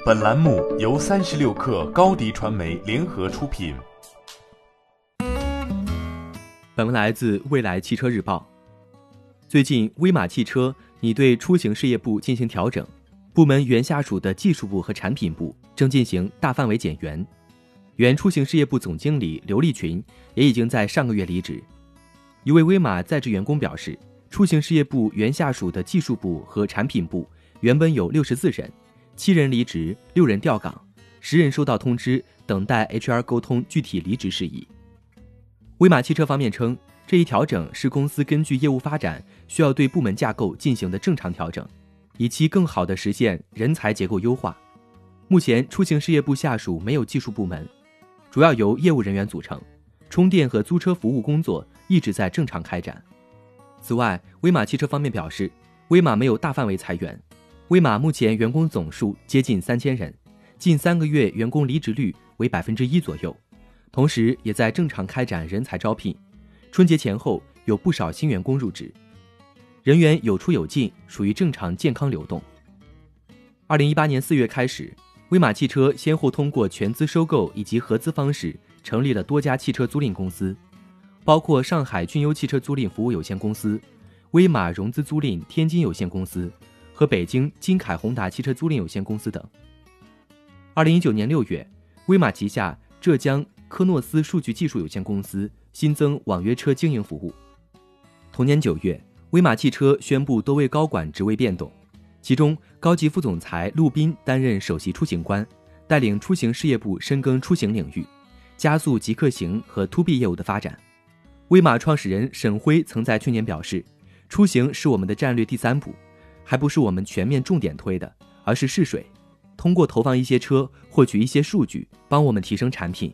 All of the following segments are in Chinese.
本栏目由36氪高迪传媒联合出品。 本文来自未来汽车日报。最近，威马汽车拟对出行事业部进行调整，部门原下属的技术部和产品部正进行大范围减员。原出行事业部总经理刘立群也已经在上个月离职。一位威马在职员工表示，出行事业部原下属的技术部和产品部原本有64人，7人离职，6人调岗，10人收到通知，等待 HR 沟通具体离职事宜。威马汽车方面称，这一调整是公司根据业务发展需要对部门架构进行的正常调整，以期更好地实现人才结构优化。目前出行事业部下属没有技术部门，主要由业务人员组成，充电和租车服务工作一直在正常开展。此外，威马汽车方面表示，威马没有大范围裁员，威马目前员工总数接近3000人，近3个月员工离职率为 1% 左右，同时也在正常开展人才招聘。春节前后有不少新员工入职，人员有出有进，属于正常健康流动。2018年4月开始，威马汽车先后通过全资收购以及合资方式成立了多家汽车租赁公司，包括上海俊优汽车租赁服务有限公司、威马融资租赁天津有限公司和北京金凯宏达汽车租赁有限公司等。2019年6月，威马旗下浙江科诺斯数据技术有限公司新增网约车经营服务。同年9月，威马汽车宣布多位高管职位变动，其中高级副总裁陆斌担任首席出行官，带领出行事业部深耕出行领域，加速极客行和 To B 业务的发展。威马创始人沈辉曾在去年表示，出行是我们的战略第3步，还不是我们全面重点推的，而是试水，通过投放一些车获取一些数据，帮我们提升产品。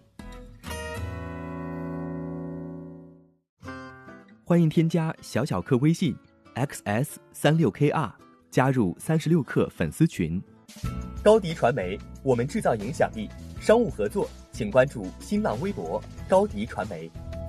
欢迎添加小小客微信 XS36KR， 加入36氪粉丝群。 高迪传媒，我们制造影响力。商务合作请关注新浪微博高迪传媒。